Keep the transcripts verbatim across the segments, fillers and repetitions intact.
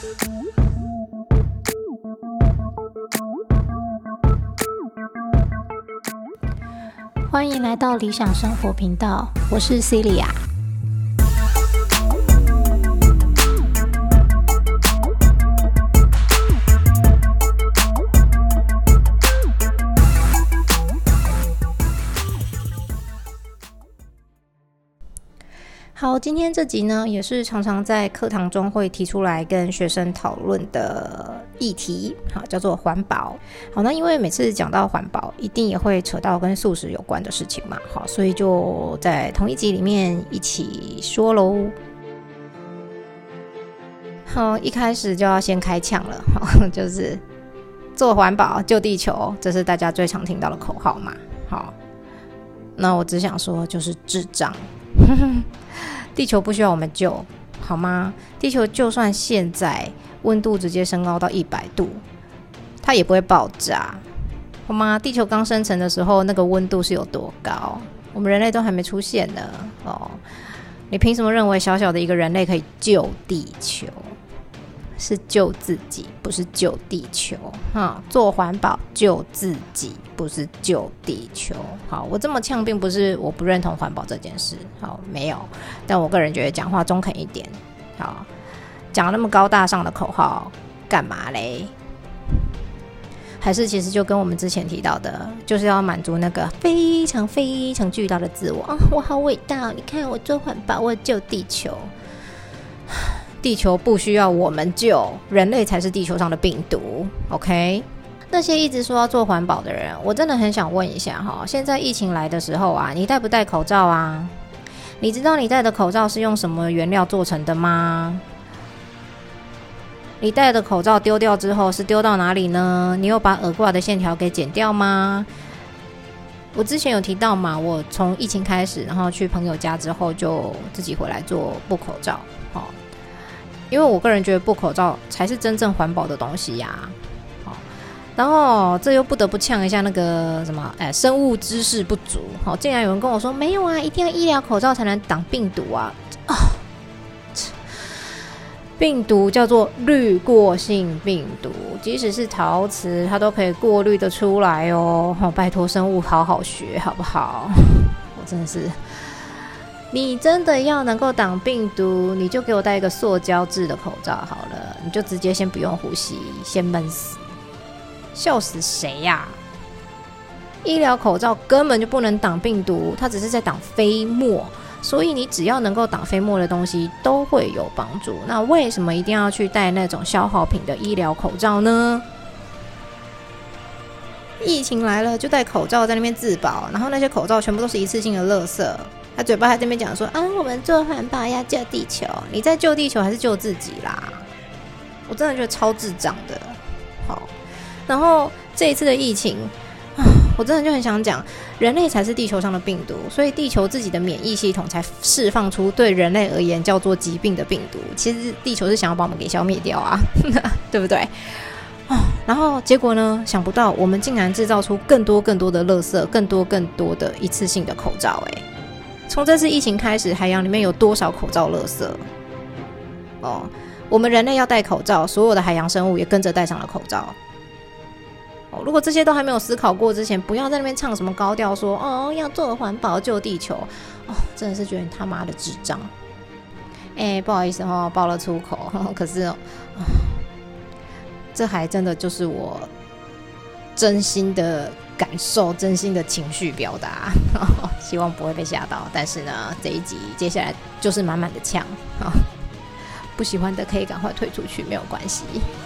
欢迎来到理想生活频道，我是 Celia。好，今天这集呢，也是常常在课堂中会提出来跟学生讨论的议题，好，叫做环保。好，那因为每次讲到环保，一定也会扯到跟素食有关的事情嘛，好，所以就在同一集里面一起说咯。好，一开始就要先开呛了，好，就是做环保救地球，这是大家最常听到的口号嘛。好，那我只想说，就是智障。地球不需要我们救，好吗？地球就算现在温度直接升高到一百度，它也不会爆炸，好吗？地球刚生成的时候，那个温度是有多高？我们人类都还没出现呢，哦，你凭什么认为小小的一个人类可以救地球？是救自己，不是救地球。哈，做环保救自己，不是救地球。好，我这么呛，并不是我不认同环保这件事。好，没有，但我个人觉得讲话中肯一点。好，讲那么高大上的口号，干嘛嘞？还是其实就跟我们之前提到的，就是要满足那个非常非常巨大的自我啊！我好伟大，你看我做环保，我救地球。地球不需要我们救，人类才是地球上的病毒 OK。 那些一直说要做环保的人，我真的很想问一下哈，现在疫情来的时候啊，你戴不戴口罩啊？你知道你戴的口罩是用什么原料做成的吗？你戴的口罩丢掉之后是丢到哪里呢？你有把耳挂的线條给剪掉吗？我之前有提到嘛，我从疫情开始，然后去朋友家之后就自己回来做布口罩，好，因为我个人觉得布口罩才是真正环保的东西呀、啊，然後這又不得不嗆一下那個什麼，哎，生物知識不足，好，竟然有人跟我說沒有啊，一定要醫療口罩才能擋病毒啊，哦，病毒叫做濾過性病毒，即使是陶瓷，它都可以過濾得出來哦，好，拜託生物好好學，好不好？我真的是。你真的要能夠擋病毒，你就給我戴一個塑膠製的口罩好了，你就直接先不用呼吸，先悶死，笑死誰呀、啊？醫療口罩根本就不能擋病毒，它只是在擋飛沫，所以你只要能夠擋飛沫的東西都會有幫助。那為什麼一定要去戴那種消耗品的醫療口罩呢？疫情來了就戴口罩在那邊自保，然後那些口罩全部都是一次性的垃圾。他嘴巴還在那邊講說啊，我們做環保要救地球，你在救地球還是救自己啦？我真的覺得超智障的。好，然後這一次的疫情，我真的就很想講，人類才是地球上的病毒，所以地球自己的免疫系統才釋放出對人類而言叫做疾病的病毒。其實地球是想要把我們給消滅掉啊，對不對？然後結果呢，想不到我們竟然製造出更多更多的垃圾，更多更多的一次性的口罩。哎，從這次疫情開始，海洋裡面有多少口罩垃圾？哦，我們人類要戴口罩，所有的海洋生物也跟着戴上了口罩。哦，如果這些都還沒有思考過之前，不要在那邊唱什麼高調說哦要做環保救地球，哦，真的是覺得你他媽的智障。哎，不好意思哦，爆了粗口，呵呵，可是哦，這還真的就是我真心的感受，真心的情緒表達，希望不會被嚇到。但是呢，這一集接下來就是滿滿的嗆，不喜歡的可以趕快退出去，沒有關係。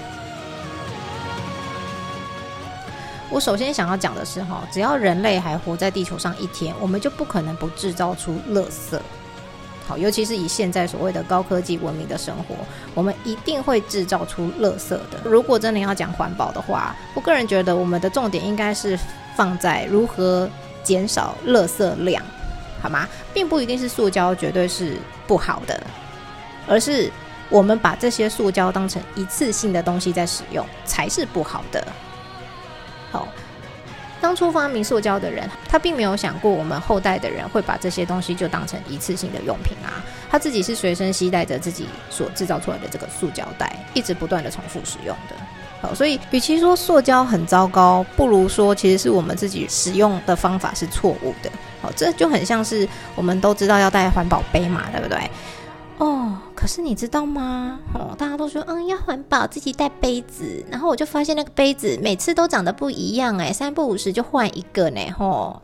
我首先想要講的是，只要人類還活在地球上一天，我們就不可能不製造出垃圾。好，尤其是以現在所謂的高科技文明的生活，我們一定會製造出垃圾的。如果真的要講環保的話，我個人覺得我們的重點應該是放在如何減少垃圾量，好嗎？並不一定是塑膠絕對是不好的，而是我們把這些塑膠當成一次性的東西在使用才是不好的。好， 当初发明塑胶的人，他并没有想过我们后代的人会把这些东西就当成一次性的用品啊。他自己是随身携带着自己所制造出来的这个塑胶袋，一直不断的重复使用的。好，所以与其说塑胶很糟糕，不如说其实是我们自己使用的方法是错误的。好，这就很像是我们都知道要带环保杯嘛，对不对？哦，可是你知道吗？哦，大家都说嗯要环保，自己带杯子，然后我就发现那个杯子每次都长得不一样，哎，三不五时就换一个呢，吼，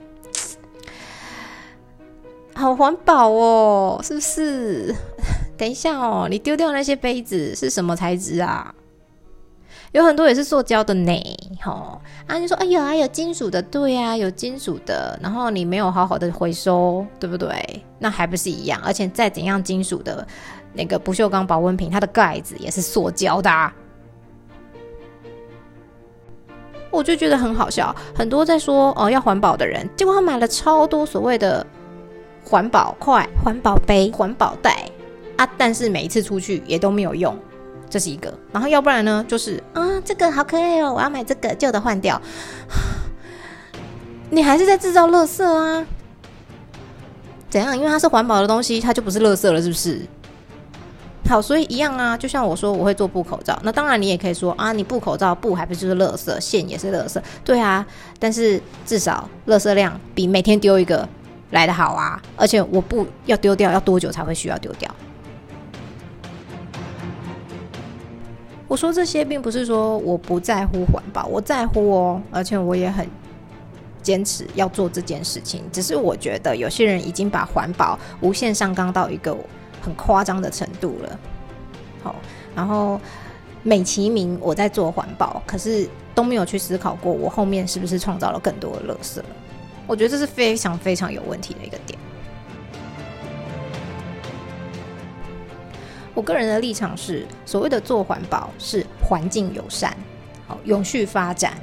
好环保哦，是不是？等一下哦，你丢掉那些杯子是什么材质啊？有很多也是塑胶的呢，吼啊！你说哎呀，有金属的，对啊，有金属的，然后你没有好好的回收，对不对？那还不是一样？而且再怎样金属的那个不锈钢保温瓶，它的盖子也是塑胶的啊。我就觉得很好笑，很多在说哦要环保的人，结果他买了超多所谓的环保筷、环保杯、环保袋啊，但是每一次出去也都没有用。这是一个，然后要不然呢，就是啊，这个好可爱哦，我要买这个，旧的换掉。你还是在制造垃圾啊？怎样？因为它是环保的东西，它就不是垃圾了，是不是？好，所以一样啊，就像我说我会做布口罩，那当然你也可以说啊，你布口罩布还不就是垃圾，线也是垃圾，对啊，但是至少垃圾量比每天丢一个来得好啊，而且我布要丢掉要多久才会需要丢掉？我说这些并不是说我不在乎环保，我在乎哦，而且我也很坚持要做这件事情。只是我觉得有些人已经把环保无限上纲到一个很夸张的程度了。好，然后美其名我在做环保，可是都没有去思考过我后面是不是创造了更多的垃圾。我觉得这是非常非常有问题的一个点。我个人的立场是，所谓的做环保是环境友善，好，永续发展。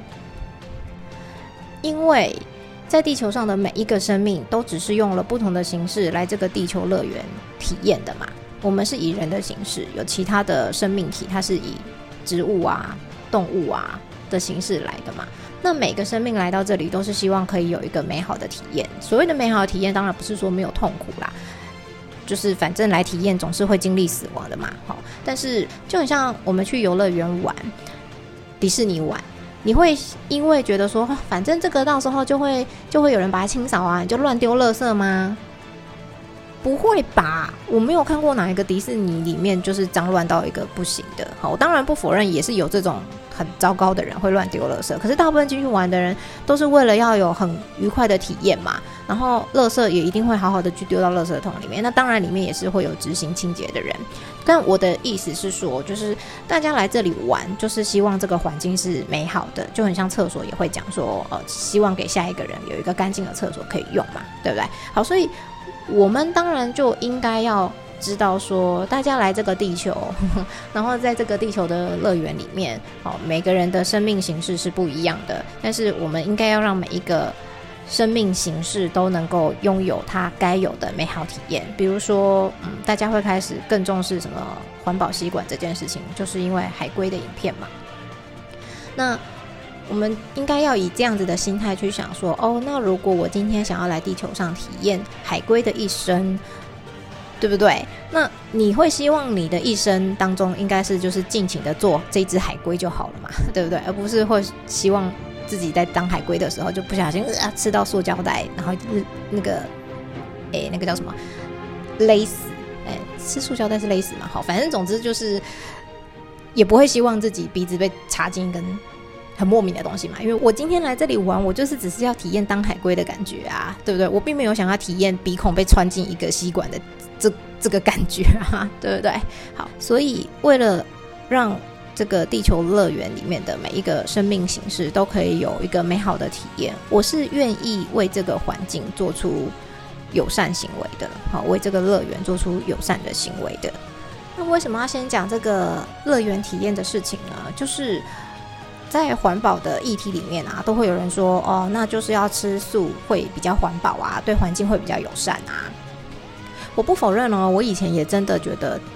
因为在地球上的每一个生命都只是用了不同的形式来这个地球乐园体验的嘛。我们是以人的形式，有其他的生命体它是以植物啊、动物啊的形式来的嘛。那每个生命来到这里都是希望可以有一个美好的体验。所谓的美好的体验当然不是说没有痛苦啦，就是反正来体验总是会经历死亡的嘛，但是就很像我们去游乐园玩、迪士尼玩，你会因为觉得说反正这个到时候就会就会有人把它清扫啊，你就乱丢垃圾吗？不会吧，我没有看过哪一个迪士尼里面就是脏乱到一个不行的。好，我当然不否认也是有这种很糟糕的人会乱丢垃圾，可是大部分进去玩的人都是为了要有很愉快的体验嘛，然后垃圾也一定会好好的去丢到垃圾桶里面，那当然里面也是会有执行清洁的人。但我的意思是说，就是大家来这里玩就是希望这个环境是美好的，就很像厕所也会讲说呃，希望给下一个人有一个干净的厕所可以用嘛，对不对？好，所以我们当然就应该要知道说，大家来这个地球，呵呵然后在这个地球的乐园里面，哦，每个人的生命形式是不一样的，但是我们应该要让每一个生命形式都能够拥有它该有的美好体验。比如说，嗯，大家会开始更重视什么环保吸管这件事情，就是因为海龟的影片嘛。那我们应该要以这样子的心态去想说，哦，那如果我今天想要来地球上体验海龟的一生，对不对？那你会希望你的一生当中应该是就是尽情的做这只海龟就好了嘛，对不对？而不是会希望自己在当海龟的时候就不小心、呃、吃到塑胶袋，然后那个诶那个叫什么勒死，诶吃塑胶袋是勒死嘛？好，反正总之就是也不会希望自己鼻子被插进一根很莫名的东西嘛，因为我今天来这里玩，我就是只是要体验当海龟的感觉啊，对不对？我并没有想要体验鼻孔被穿进一个吸管的这这个感觉啊，对不对？好，所以为了让这个地球乐园里面的每一个生命形式都可以有一个美好的体验，我是愿意为这个环境做出友善行为的，好，为这个乐园做出友善的行为的。那为什么要先讲这个乐园体验的事情呢？就是在环保的议题里面啊，都会有人说哦，那就是要吃素会比较环保啊，对环境会比较友善啊。我不否认哦，我以前也真的觉得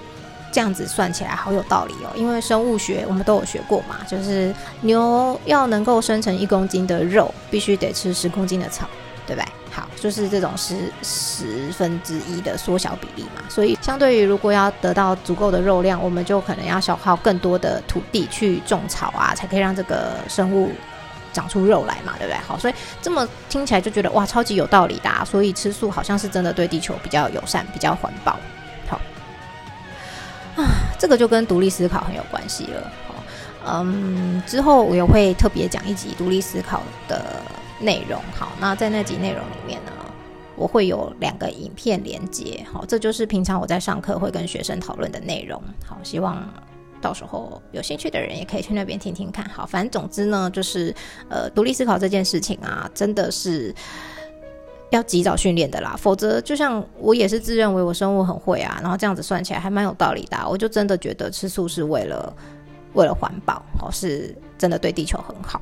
这样子算起来好有道理哦，因为生物学我们都有学过嘛，就是牛要能够生成一公斤的肉，必须得吃十公斤的草，对不对？好，就是这种十十分之一的缩小比例嘛，所以相对于如果要得到足够的肉量，我们就可能要消耗更多的土地去种草啊，才可以让这个生物长出肉来嘛，对不对？好，所以这么听起来就觉得哇，超级有道理的啊，所以吃素好像是真的对地球比较友善，比较环保。好啊，这个就跟独立思考很有关系了。好，嗯，之后我也会特别讲一集独立思考的内容。好，那在那集内容里面呢，我会有两个影片连接。好，这就是平常我在上课会跟学生讨论的内容。好，希望到时候有兴趣的人也可以去那边听听看。好，反正总之呢，就是呃，独立思考这件事情啊，真的是要及早训练的啦，否则就像我也是自认为我生物很会啊，然后这样子算起来还蛮有道理的啊，我就真的觉得吃素是为了为了环保，哦，是真的对地球很好。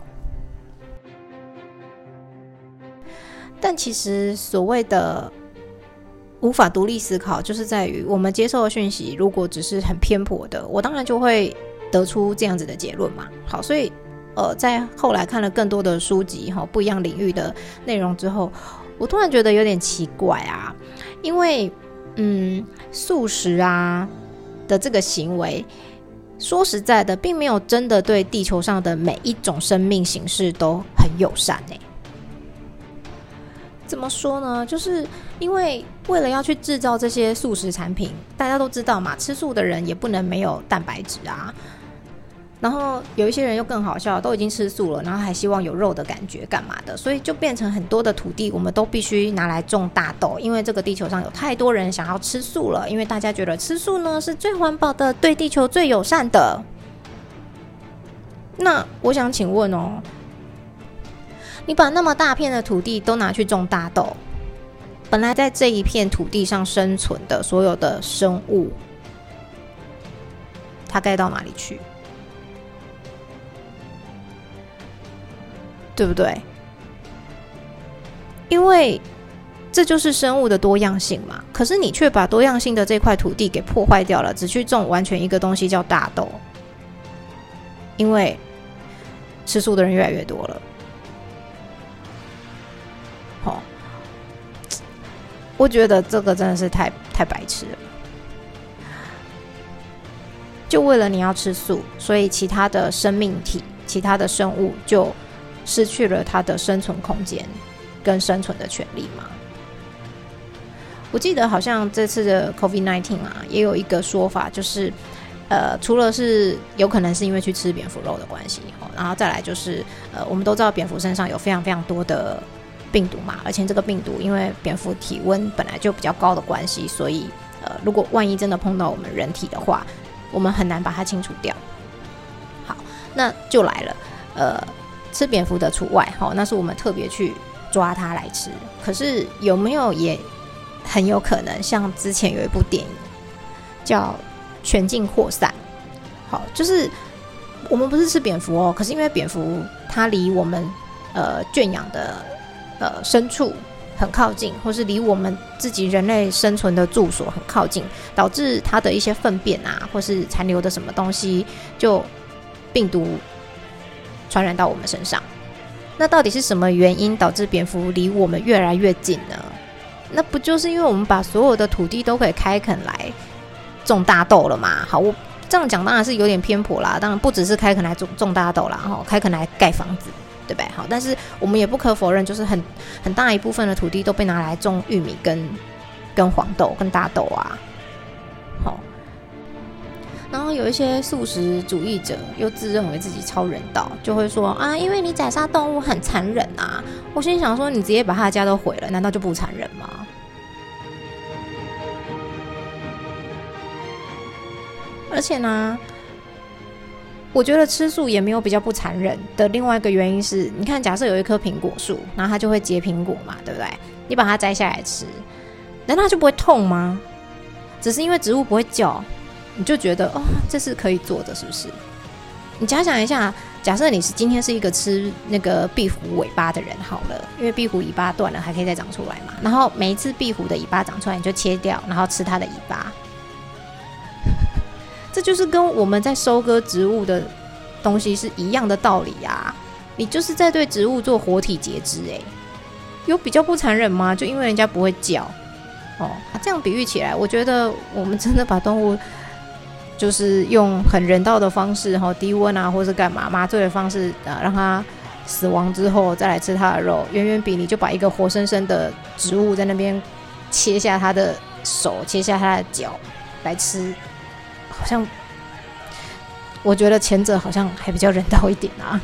但其实所谓的无法独立思考，就是在于我们接受的讯息如果只是很偏颇的，我当然就会得出这样子的结论嘛。好，所以呃，在后来看了更多的书籍，不一样领域的内容之后，我突然觉得有点奇怪啊，因为嗯，素食啊的这个行为，说实在的，并没有真的对地球上的每一种生命形式都很友善欸。怎么说呢？就是因为为了要去制造这些素食产品，大家都知道嘛，吃素的人也不能没有蛋白质啊。然后有一些人又更好笑，都已经吃素了，然后还希望有肉的感觉干嘛的，所以就变成很多的土地我们都必须拿来种大豆，因为这个地球上有太多人想要吃素了，因为大家觉得吃素呢是最环保的，对地球最友善的。那我想请问哦，你把那么大片的土地都拿去种大豆，本来在这一片土地上生存的所有的生物，它该到哪里去？对不对？因为这就是生物的多样性嘛。可是你却把多样性的这块土地给破坏掉了，只去种完全一个东西叫大豆，因为吃素的人越来越多了。好，我觉得这个真的是太太白痴了。就为了你要吃素，所以其他的生命体、其他的生物就失去了它的生存空间跟生存的权利吗？我记得好像这次的 COVID 十九 啊，也有一个说法，就是呃，除了是有可能是因为去吃蝙蝠肉的关系，然后再来就是呃，我们都知道蝙蝠身上有非常非常多的病毒嘛，而且这个病毒因为蝙蝠体温本来就比较高的关系，所以呃，如果万一真的碰到我们人体的话，我们很难把它清除掉。好，那就来了，呃。吃蝙蝠的除外，那是我们特别去抓它来吃。可是有没有也很有可能像之前有一部电影叫《全境扩散》，好，就是我们不是吃蝙蝠哦，可是因为蝙蝠它离我们呃圈养的呃牲畜很靠近，或是离我们自己人类生存的住所很靠近，导致它的一些粪便啊，或是残留的什么东西，就病毒传染到我们身上。那到底是什么原因导致蝙蝠离我们越来越近呢？那不就是因为我们把所有的土地都可以开垦来种大豆了吗？好，我这样讲当然是有点偏颇啦，当然不只是开垦来 种, 种大豆啦，开垦来盖房子，对不对？好，但是我们也不可否认，就是很很大一部分的土地都被拿来种玉米跟跟黄豆跟大豆啊。好，然后有一些素食主义者又自认为自己超人道，就会说啊，因为你宰杀动物很残忍啊。我心想说，你直接把他的家都毁了，难道就不残忍吗？而且呢，我觉得吃素也没有比较不残忍的另外一个原因是，你看，假设有一棵苹果树，然后它就会结苹果嘛，对不对？你把它摘下来吃，难道它就不会痛吗？只是因为植物不会叫，你就觉得哦，这是可以做的，是不是？你假想一下，假设你是今天是一个吃那个壁虎尾巴的人好了，因为壁虎尾巴断了还可以再长出来嘛，然后每一次壁虎的尾巴长出来，你就切掉，然后吃它的尾巴。 这就是跟我们在收割植物的东西是一样的道理啊！你就是在对植物做活体截肢，哎，有比较不残忍吗？就因为人家不会叫哦、啊，这样比喻起来，我觉得我们真的把动物就是用很人道的方式，哈，低温啊，或是干嘛麻醉的方式啊，让它死亡之后再来吃它的肉，远远比你就把一个活生生的植物在那边切下它的手，切下它的脚来吃，好像我觉得前者好像还比较人道一点啊。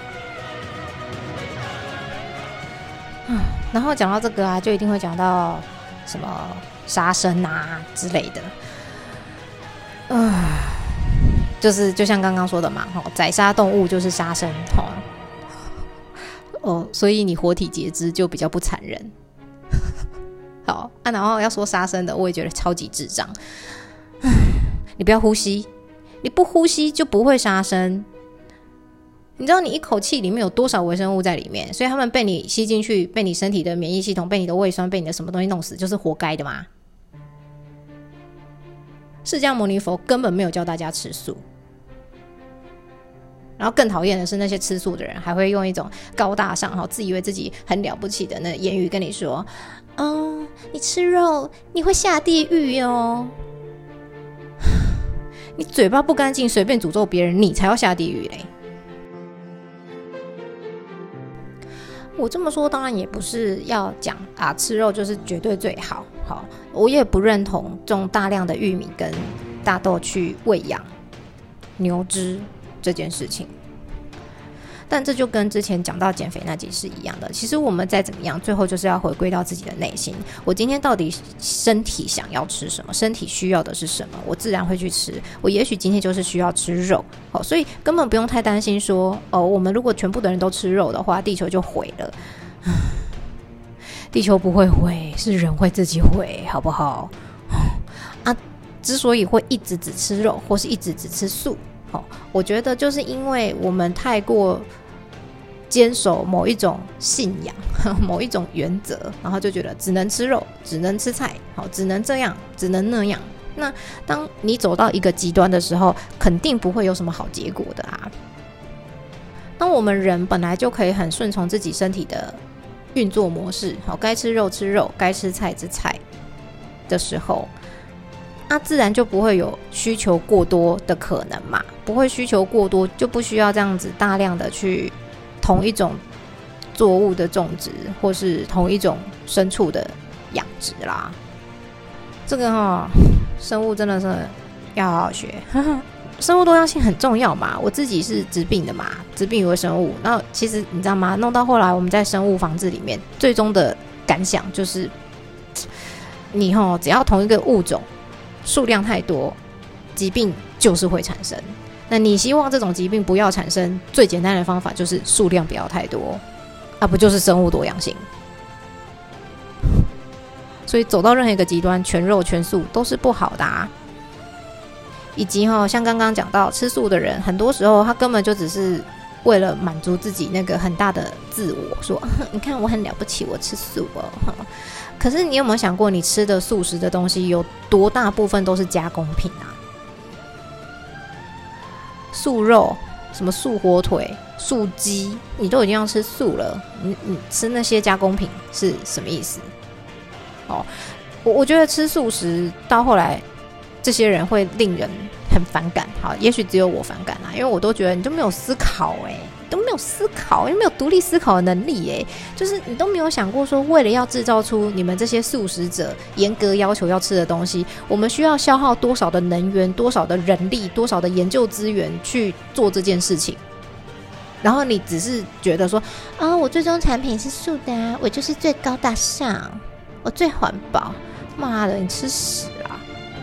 嗯，然后讲到这个啊，就一定会讲到什么杀生啊之类的。嗯、呃，就是就像刚刚说的嘛，吼，宰杀动物就是杀生，吼，哦，所以你活体截肢就比较不残忍。好啊，然后要说杀生的，我也觉得超级智障。你不要呼吸，你不呼吸就不会杀生。你知道你一口气里面有多少微生物在里面，所以他们被你吸进去，被你身体的免疫系统，被你的胃酸，被你的什么东西弄死，就是活该的嘛。释迦牟尼佛根本没有教大家吃素，然后更讨厌的是那些吃素的人还会用一种高大上自以为自己很了不起的那言语跟你说，哦，你吃肉你会下地狱哦。你嘴巴不干净随便诅咒别人，你才要下地狱嘞。我这么说当然也不是要讲啊，吃肉就是绝对最好。好，我也不认同种大量的玉米跟大豆去喂养牛只这件事情。但这就跟之前讲到减肥那集是一样的，其实我们再怎么样最后就是要回归到自己的内心，我今天到底身体想要吃什么，身体需要的是什么，我自然会去吃。我也许今天就是需要吃肉、哦、所以根本不用太担心说、哦、我们如果全部的人都吃肉的话，地球就毁了。地球不会毁，是人会自己毁，好不好啊？之所以会一直只吃肉或是一直只吃素、哦、我觉得就是因为我们太过坚守某一种信仰某一种原则，然后就觉得只能吃肉，只能吃菜、哦、只能这样，只能那样。那当你走到一个极端的时候，肯定不会有什么好结果的啊。当我们人本来就可以很顺从自己身体的运作模式，好，该吃肉吃肉，该吃菜吃菜的时候，那、啊、自然就不会有需求过多的可能嘛，不会需求过多，就不需要这样子大量的去同一种作物的种植，或是同一种牲畜的养殖啦。这个哈、哦，生物真的是要好好学。生物多样性很重要嘛，我自己是植病的嘛，植病于微生物。那其实你知道吗？弄到后来我们在生物防治里面，最终的感想就是，你吼只要同一个物种数量太多，疾病就是会产生。那你希望这种疾病不要产生，最简单的方法就是数量不要太多，啊，不就是生物多样性？所以走到任何一个极端，全肉全素都是不好的啊。以及、哦、像刚刚讲到吃素的人，很多时候他根本就只是为了满足自己那个很大的自我，说你看我很了不起，我吃素哦。可是你有没有想过，你吃的素食的东西有多大部分都是加工品啊？素肉，什么素火腿、素鸡，你都已经要吃素了，你你吃那些加工品是什么意思？哦，我我觉得吃素食到后来，这些人会令人很反感。好，也许只有我反感啦，因为我都觉得你都没有思考、欸，哎，都没有思考，你没有独立思考的能力、欸，哎，就是你都没有想过说，为了要制造出你们这些素食者严格要求要吃的东西，我们需要消耗多少的能源、多少的人力、多少的研究资源去做这件事情。然后你只是觉得说，啊，我最终产品是素的啊，我就是最高大上，我最环保。妈的，你吃屎啊！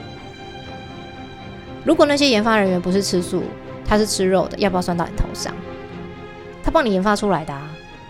如果那些研发人员不是吃素，他是吃肉的，要不要算到你头上？他帮你研发出来的啊！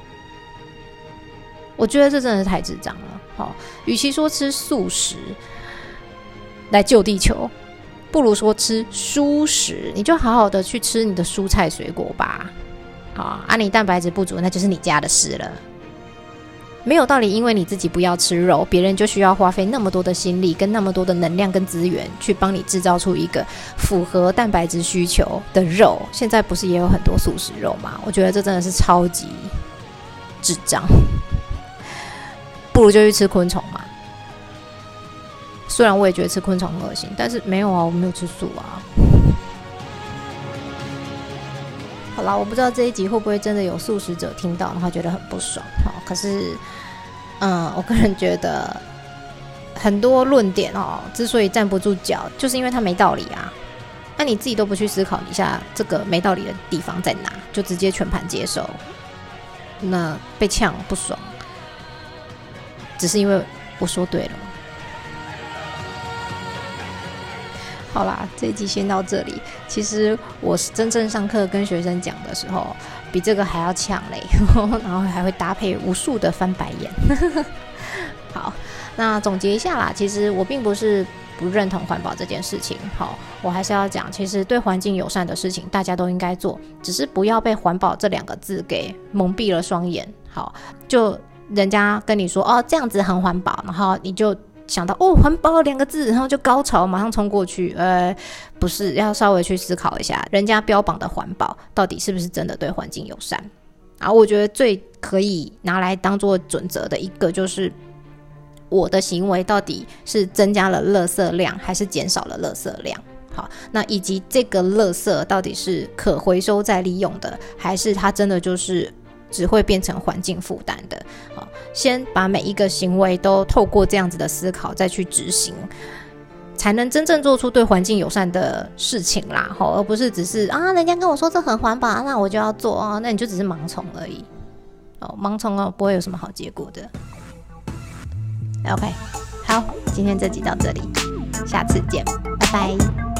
我觉得这真的是太智障了。好，与其说吃素食来救地球，不如说吃蔬食，你就好好的去吃你的蔬菜水果吧。好啊，你蛋白质不足，那就是你家的事了。 没有道理，因为你自己不要吃肉，别人就需要花费那么多的心力跟那么多的能量跟资源去帮你制造出一个符合蛋白质需求的肉。现在不是也有很多素食肉吗？我觉得这真的是超级智障，不如就去吃昆虫嘛。虽然我也觉得吃昆虫很恶心，但是没有啊，我没有吃素啊。好啦，我不知道这一集会不会真的有素食者听到，然后觉得很不爽。好，可是，嗯，我个人觉得很多论点哦，之所以站不住脚，就是因为它没道理啊。那你自己都不去思考一下这个没道理的地方在哪，就直接全盘接受，那被呛不爽，只是因为我说对了。好啦，这一集先到这里。其实我是真正上课跟学生讲的时候，比这个还要呛嘞，然后还会搭配无数的翻白眼。好，那总结一下啦，其实我并不是不认同环保这件事情。好，我还是要讲，其实对环境友善的事情大家都应该做，只是不要被环保这两个字给蒙蔽了双眼。好，就人家跟你说哦这样子很环保，然后你就想到哦环保两个字，然后就高潮马上冲过去。呃，不是，要稍微去思考一下，人家标榜的环保到底是不是真的对环境友善。然后我觉得最可以拿来当做准则的一个就是我的行为到底是增加了垃圾量还是减少了垃圾量。好，那以及这个垃圾到底是可回收再利用的，还是它真的就是只会变成环境负担的。好，先把每一个行为都透过这样子的思考再去执行，才能真正做出对环境友善的事情啦。好，而不是只是啊人家跟我说这很环保，那我就要做啊，那你就只是盲从而已。哦，盲从哦不会有什么好结果的。OK， 好，今天这集到这里，下次见，拜拜。